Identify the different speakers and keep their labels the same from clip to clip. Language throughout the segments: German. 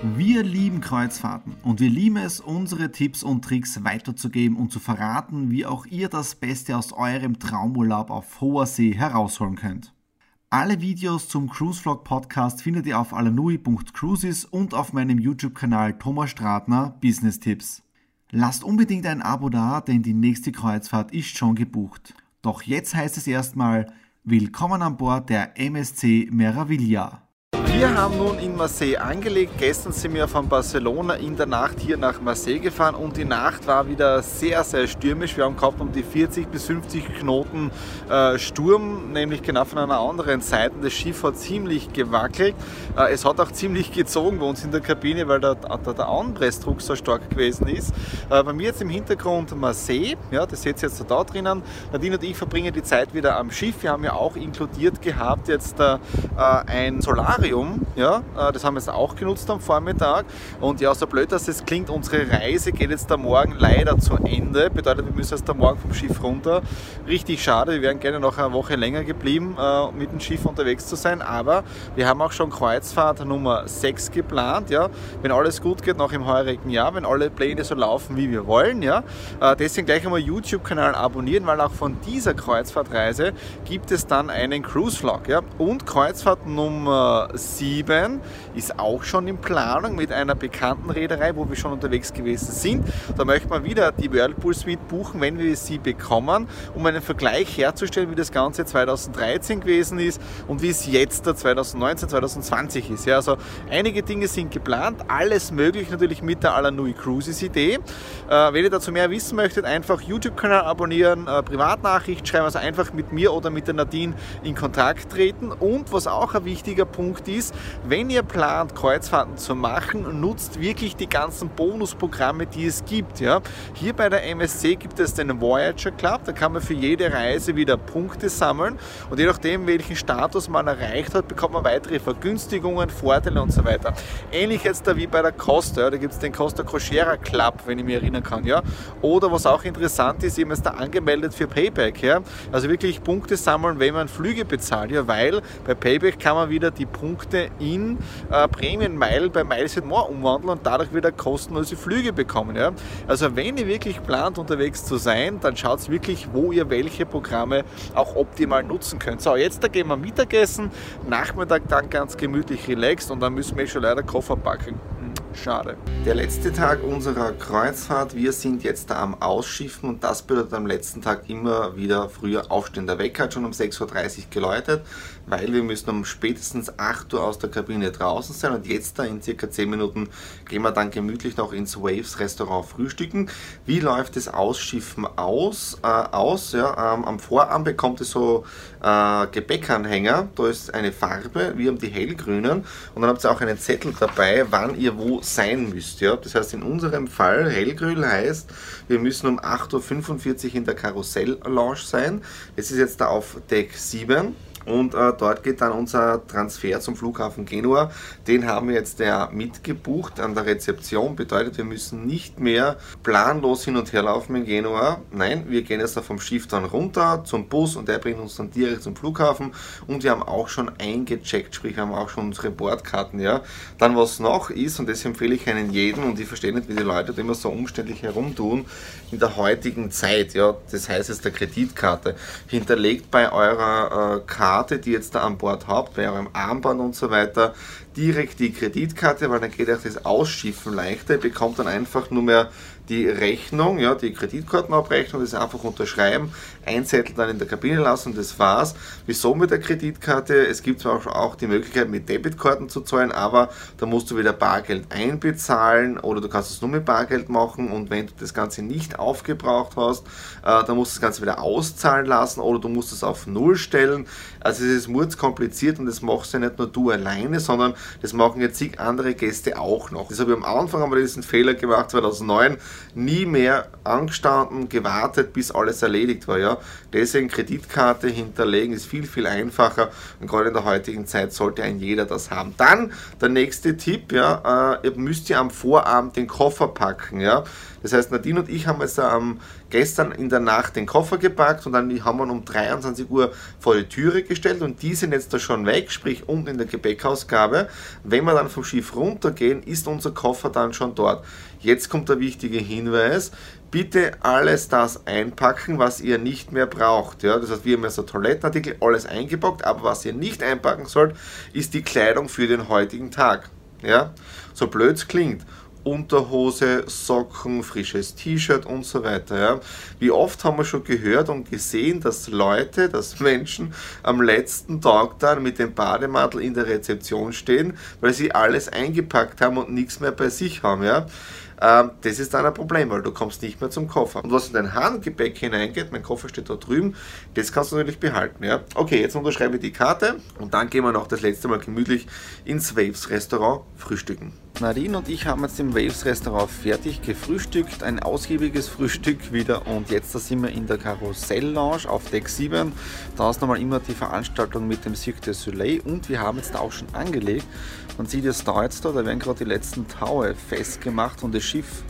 Speaker 1: Wir lieben Kreuzfahrten und wir lieben es, unsere Tipps und Tricks weiterzugeben und zu verraten, wie auch ihr das Beste aus eurem Traumurlaub auf hoher See herausholen könnt. Alle Videos zum Cruise Vlog Podcast findet ihr auf alanui.cruises und auf meinem YouTube-Kanal Thomas Stratner Business Tipps. Lasst unbedingt ein Abo da, denn die nächste Kreuzfahrt ist schon gebucht. Doch jetzt heißt es erstmal, willkommen an Bord der MSC Meraviglia. Wir haben nun in Marseille angelegt. Gestern sind wir von Barcelona in der Nacht hier nach Marseille gefahren und die Nacht war wieder sehr, sehr stürmisch. Wir haben gehabt um die 40 bis 50 Knoten Sturm, nämlich genau von einer anderen Seite. Das Schiff hat ziemlich gewackelt. Es hat auch ziemlich gezogen bei uns in der Kabine, weil der Anpressdruck so stark gewesen ist. Bei mir jetzt im Hintergrund Marseille, ja, das seht ihr jetzt da drinnen. Nadine und ich verbringen die Zeit wieder am Schiff. Wir haben ja auch inkludiert gehabt jetzt ein Solarium. Ja, das haben wir jetzt auch genutzt am Vormittag und ja, so blöd dass es klingt, unsere Reise geht jetzt da morgen leider zu Ende, bedeutet wir müssen erst da morgen vom Schiff runter. Richtig schade, wir wären gerne noch eine Woche länger geblieben mit dem Schiff unterwegs zu sein, aber wir haben auch schon Kreuzfahrt Nummer 6 geplant, ja, wenn alles gut geht noch im heurigen Jahr, wenn alle Pläne so laufen wie wir wollen, ja, deswegen gleich einmal YouTube-Kanal abonnieren, weil auch von dieser Kreuzfahrtreise gibt es dann einen Cruise-Vlog, ja, und Kreuzfahrt Nummer 7 ist auch schon in Planung mit einer bekannten Reederei, wo wir schon unterwegs gewesen sind. Da möchte man wieder die Whirlpool Suite buchen, wenn wir sie bekommen, um einen Vergleich herzustellen, wie das Ganze 2013 gewesen ist und wie es jetzt 2019, 2020 ist. Ja, also einige Dinge sind geplant, alles möglich natürlich mit der Alanui Cruises Idee. Wenn ihr dazu mehr wissen möchtet, einfach YouTube-Kanal abonnieren, Privatnachricht schreiben, also einfach mit mir oder mit der Nadine in Kontakt treten. Und was auch ein wichtiger Punkt ist, wenn ihr plant, Kreuzfahrten zu machen, nutzt wirklich die ganzen Bonusprogramme, die es gibt. Ja. Hier bei der MSC gibt es den Voyager Club, da kann man für jede Reise wieder Punkte sammeln und je nachdem, welchen Status man erreicht hat, bekommt man weitere Vergünstigungen, Vorteile und so weiter. Ähnlich jetzt da wie bei der Costa, ja. Da gibt es den Costa Crociera Club, wenn ich mich erinnern kann. Ja. Oder was auch interessant ist, eben ist da angemeldet für Payback. Ja. Also wirklich Punkte sammeln, wenn man Flüge bezahlt, ja, weil bei Payback kann man wieder die Punkte in Prämienmeilen bei Miles & More umwandeln und dadurch wieder kostenlose Flüge bekommen. Ja? Also wenn ihr wirklich plant, unterwegs zu sein, dann schaut wirklich, wo ihr welche Programme auch optimal nutzen könnt. So, jetzt da gehen wir Mittagessen, Nachmittag dann ganz gemütlich relaxed und dann müssen wir schon leider Koffer packen. Schade. Der letzte Tag unserer Kreuzfahrt, wir sind jetzt da am Ausschiffen und das bedeutet am letzten Tag immer wieder früher aufstehen. Der Wecker hat schon um 6:30 Uhr geläutet, weil wir müssen um spätestens 8 Uhr aus der Kabine draußen sein und jetzt da in circa 10 Minuten gehen wir dann gemütlich noch ins Waves Restaurant frühstücken. Wie läuft das Ausschiffen aus? Ja, am Vorabend bekommt es so Gepäckanhänger, da ist eine Farbe, wir haben die hellgrünen und dann habt ihr auch einen Zettel dabei, wann ihr wo sein müsst. Ja? Das heißt in unserem Fall, hellgrün heißt, wir müssen um 8:45 Uhr in der Karussell-Lounge sein. Es ist jetzt da auf Deck 7. Und dort geht dann unser Transfer zum Flughafen Genua. Den haben wir jetzt mitgebucht an der Rezeption. Bedeutet, wir müssen nicht mehr planlos hin und her laufen in Genua. Nein, wir gehen jetzt da vom Schiff dann runter zum Bus und der bringt uns dann direkt zum Flughafen. Und wir haben auch schon eingecheckt, sprich wir haben auch schon unsere Bordkarten. Ja. Dann was noch ist, und das empfehle ich Ihnen jeden, und ich verstehe nicht, wie die Leute da immer so umständlich herumtun, in der heutigen Zeit, ja, das heißt jetzt der Kreditkarte, hinterlegt bei eurer Karte, die ihr jetzt da an Bord habt, bei eurem Armband und so weiter, direkt die Kreditkarte, weil dann geht euch das Ausschiffen leichter. Ihr bekommt dann einfach nur mehr die Rechnung, ja, die Kreditkartenabrechnung, das einfach unterschreiben, ein Zettel dann in der Kabine lassen und das war's. Wieso mit der Kreditkarte? Es gibt zwar auch die Möglichkeit mit Debitkarten zu zahlen, aber da musst du wieder Bargeld einbezahlen oder du kannst es nur mit Bargeld machen und wenn du das Ganze nicht aufgebraucht hast, dann musst du das Ganze wieder auszahlen lassen oder du musst es auf Null stellen. Also es ist mordskompliziert und das machst ja nicht nur du alleine, sondern das machen jetzt zig andere Gäste auch noch. Das habe ich am Anfang haben wir diesen Fehler gemacht, 2009, nie mehr angestanden, gewartet, bis alles erledigt war. Ja. Deswegen Kreditkarte hinterlegen ist viel, viel einfacher und gerade in der heutigen Zeit sollte ein jeder das haben. Dann der nächste Tipp, ja, ihr müsst ja am Vorabend den Koffer packen. Ja. Das heißt, Nadine und ich haben jetzt am gestern in der Nacht den Koffer gepackt und dann haben wir um 23 Uhr vor die Türe gestellt und die sind jetzt da schon weg, sprich unten in der Gepäckausgabe. Wenn wir dann vom Schiff runtergehen, ist unser Koffer dann schon dort. Jetzt kommt der wichtige Hinweis: Bitte alles das einpacken, was ihr nicht mehr braucht. Ja? Das heißt, wir haben ja so Toilettenartikel, alles eingepackt, aber was ihr nicht einpacken sollt, ist die Kleidung für den heutigen Tag. Ja? So blöd es klingt. Unterhose, Socken, frisches T-Shirt und so weiter. Ja. Wie oft haben wir schon gehört und gesehen, dass Menschen am letzten Tag dann mit dem Bademantel in der Rezeption stehen, weil sie alles eingepackt haben und nichts mehr bei sich haben. Ja. Das ist dann ein Problem, weil du kommst nicht mehr zum Koffer. Und was in dein Handgepäck hineingeht, mein Koffer steht da drüben, das kannst du natürlich behalten. Ja. Okay, jetzt unterschreibe ich die Karte und dann gehen wir noch das letzte Mal gemütlich ins Waves Restaurant frühstücken. Nadine und ich haben jetzt im Waves Restaurant fertig gefrühstückt, ein ausgiebiges Frühstück wieder, und jetzt da sind wir in der Karussell Lounge auf Deck 7. Da ist nochmal immer die Veranstaltung mit dem Cirque du Soleil und wir haben jetzt auch schon angelegt. Man sieht es da jetzt da werden gerade die letzten Taue festgemacht und das Schiff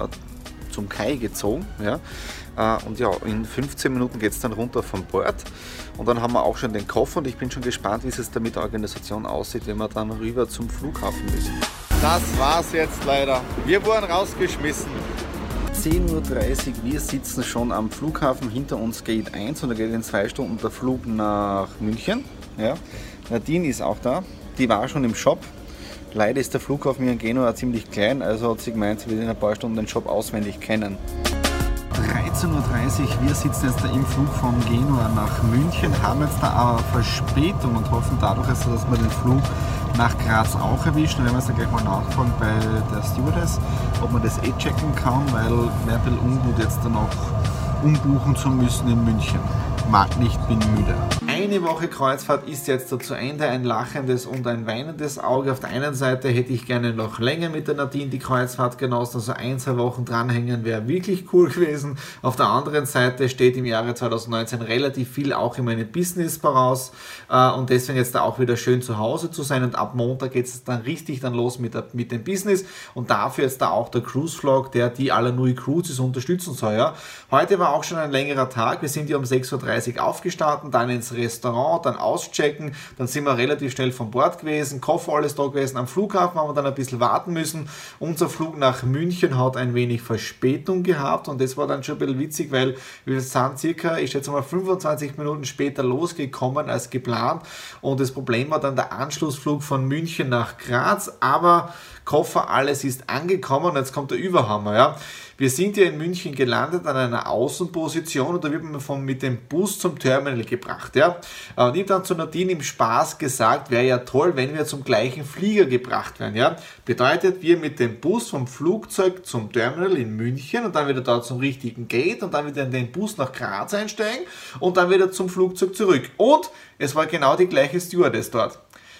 Speaker 1: zum Kai gezogen. Ja. Und ja, in 15 Minuten geht es dann runter von Bord und dann haben wir auch schon den Koffer und ich bin schon gespannt, wie es da mit der Organisation aussieht, wenn wir dann rüber zum Flughafen müssen. Das war's jetzt leider. Wir wurden rausgeschmissen. 10:30 Uhr, wir sitzen schon am Flughafen. Hinter uns Gate 1 und da geht in 2 Stunden der Flug nach München. Ja. Nadine ist auch da, die war schon im Shop. Leider ist der Flughafen hier in Genua ziemlich klein, also hat sie gemeint, sie wird in ein paar Stunden den Shop auswendig kennen. 13:30 Uhr, wir sitzen jetzt da im Flug von Genua nach München, haben jetzt da aber Verspätung und hoffen dadurch, dass wir den Flug nach Graz auch erwischen. Wir werden jetzt gleich mal nachfragen bei der Stewardess, ob man das checken kann, weil mehr ein bisschen ungut jetzt dann auch umbuchen zu müssen in München. Mag nicht, bin müde. Eine Woche Kreuzfahrt ist jetzt zu Ende, ein lachendes und ein weinendes Auge. Auf der einen Seite hätte ich gerne noch länger mit der Nadine die Kreuzfahrt genossen, also 1-2 Wochen dranhängen wäre wirklich cool gewesen. Auf der anderen Seite steht im Jahre 2019 relativ viel auch in meinem Business voraus und deswegen jetzt da auch wieder schön zu Hause zu sein und ab Montag geht es dann richtig dann los mit dem Business und dafür jetzt da auch der Cruise Vlog, der die Alanui Cruises unterstützen soll. Ja. Heute war auch schon ein längerer Tag, wir sind hier um 6:30 Uhr aufgestanden, dann ins Restaurant, dann auschecken, dann sind wir relativ schnell von Bord gewesen, Koffer alles da gewesen, am Flughafen haben wir dann ein bisschen warten müssen. Unser Flug nach München hat ein wenig Verspätung gehabt und das war dann schon ein bisschen witzig, weil wir sind circa, ich schätze mal 25 Minuten später losgekommen als geplant und das Problem war dann der Anschlussflug von München nach Graz, aber Koffer, alles ist angekommen und jetzt kommt der Überhammer. Ja. Wir sind hier in München gelandet an einer Außenposition und da wird man mit dem Bus zum Terminal gebracht. Ja. Und ich habe dann zu Nadine im Spaß gesagt, wäre ja toll, wenn wir zum gleichen Flieger gebracht werden. Ja. Bedeutet, wir mit dem Bus vom Flugzeug zum Terminal in München und dann wieder dort zum richtigen Gate und dann wieder in den Bus nach Graz einsteigen und dann wieder zum Flugzeug zurück. Und es war genau die gleiche Stewardess dort.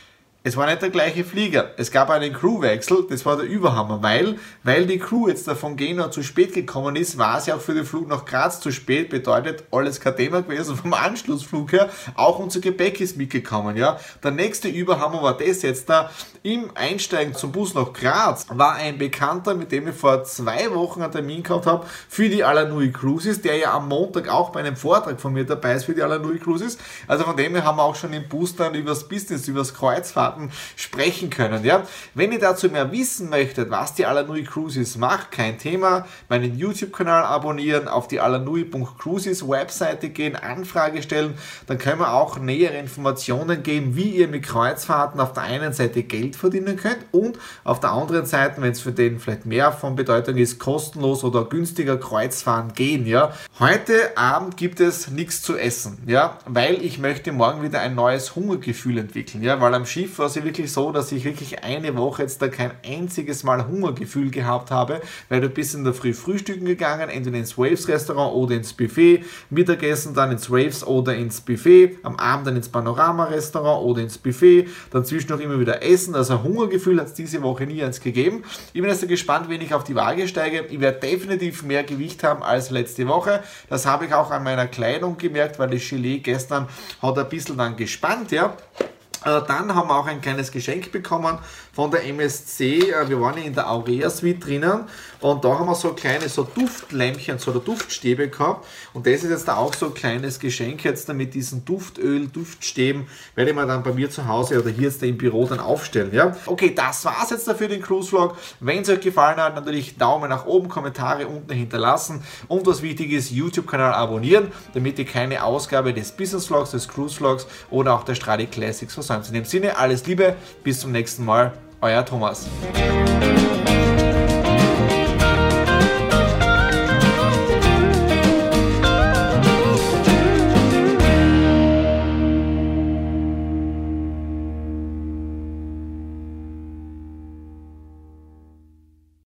Speaker 1: Es war nicht der gleiche Flieger. Es gab einen Crewwechsel, das war der Überhammer, weil die Crew jetzt da von Genua zu spät gekommen ist, war sie auch für den Flug nach Graz zu spät, bedeutet alles kein Thema gewesen vom Anschlussflug her, auch unser Gepäck ist mitgekommen, ja. Der nächste Überhammer war das jetzt da, im Einsteigen zum Bus nach Graz war ein Bekannter, mit dem ich vor 2 Wochen einen Termin gehabt habe für die Alanui Cruises, der ja am Montag auch bei einem Vortrag von mir dabei ist für die Alanui Cruises, also von dem her haben wir auch schon im Bus dann über das Business, über das Kreuzfahrten sprechen können. Ja? Wenn ihr dazu mehr wissen möchtet, was die Alanui Cruises macht, kein Thema, meinen YouTube-Kanal abonnieren, auf die alanui.cruises Webseite gehen, Anfrage stellen, dann können wir auch nähere Informationen geben, wie ihr mit Kreuzfahrten auf der einen Seite Geld verdienen könnt und auf der anderen Seite, wenn es für den vielleicht mehr von Bedeutung ist, kostenlos oder günstiger Kreuzfahren gehen. Ja? Heute Abend gibt es nichts zu essen, ja? Weil ich möchte morgen wieder ein neues Hungergefühl entwickeln, ja? Weil am Schiff war es wirklich so, dass ich wirklich eine Woche jetzt da kein einziges Mal Hungergefühl gehabt habe, weil du bist in der Früh frühstücken gegangen, entweder ins Waves Restaurant oder ins Buffet, Mittagessen dann ins Waves oder ins Buffet, am Abend dann ins Panorama Restaurant oder ins Buffet, dann zwischendurch immer wieder essen, also ein Hungergefühl hat es diese Woche nie eins gegeben. Ich bin jetzt gespannt, wenn ich auf die Waage steige, ich werde definitiv mehr Gewicht haben als letzte Woche, das habe ich auch an meiner Kleidung gemerkt, weil das Gelee gestern hat ein bisschen dann gespannt, ja. Dann haben wir auch ein kleines Geschenk bekommen von der MSC. Wir waren ja in der Aurea Suite drinnen und da haben wir so kleine Duftlämpchen oder Duftstäbe gehabt und das ist jetzt auch so ein kleines Geschenk jetzt mit diesen Duftöl, Duftstäben, werde ich mir dann bei mir zu Hause oder hier jetzt im Büro dann aufstellen. Ja? Okay, das war's jetzt dafür den Cruise Vlog. Wenn es euch gefallen hat, natürlich Daumen nach oben, Kommentare unten hinterlassen und was wichtig ist, YouTube-Kanal abonnieren, damit ihr keine Ausgabe des Business Vlogs, des Cruise Vlogs oder auch der Stradi Classics versäumt. In dem Sinne, alles Liebe, bis zum nächsten Mal, euer Thomas.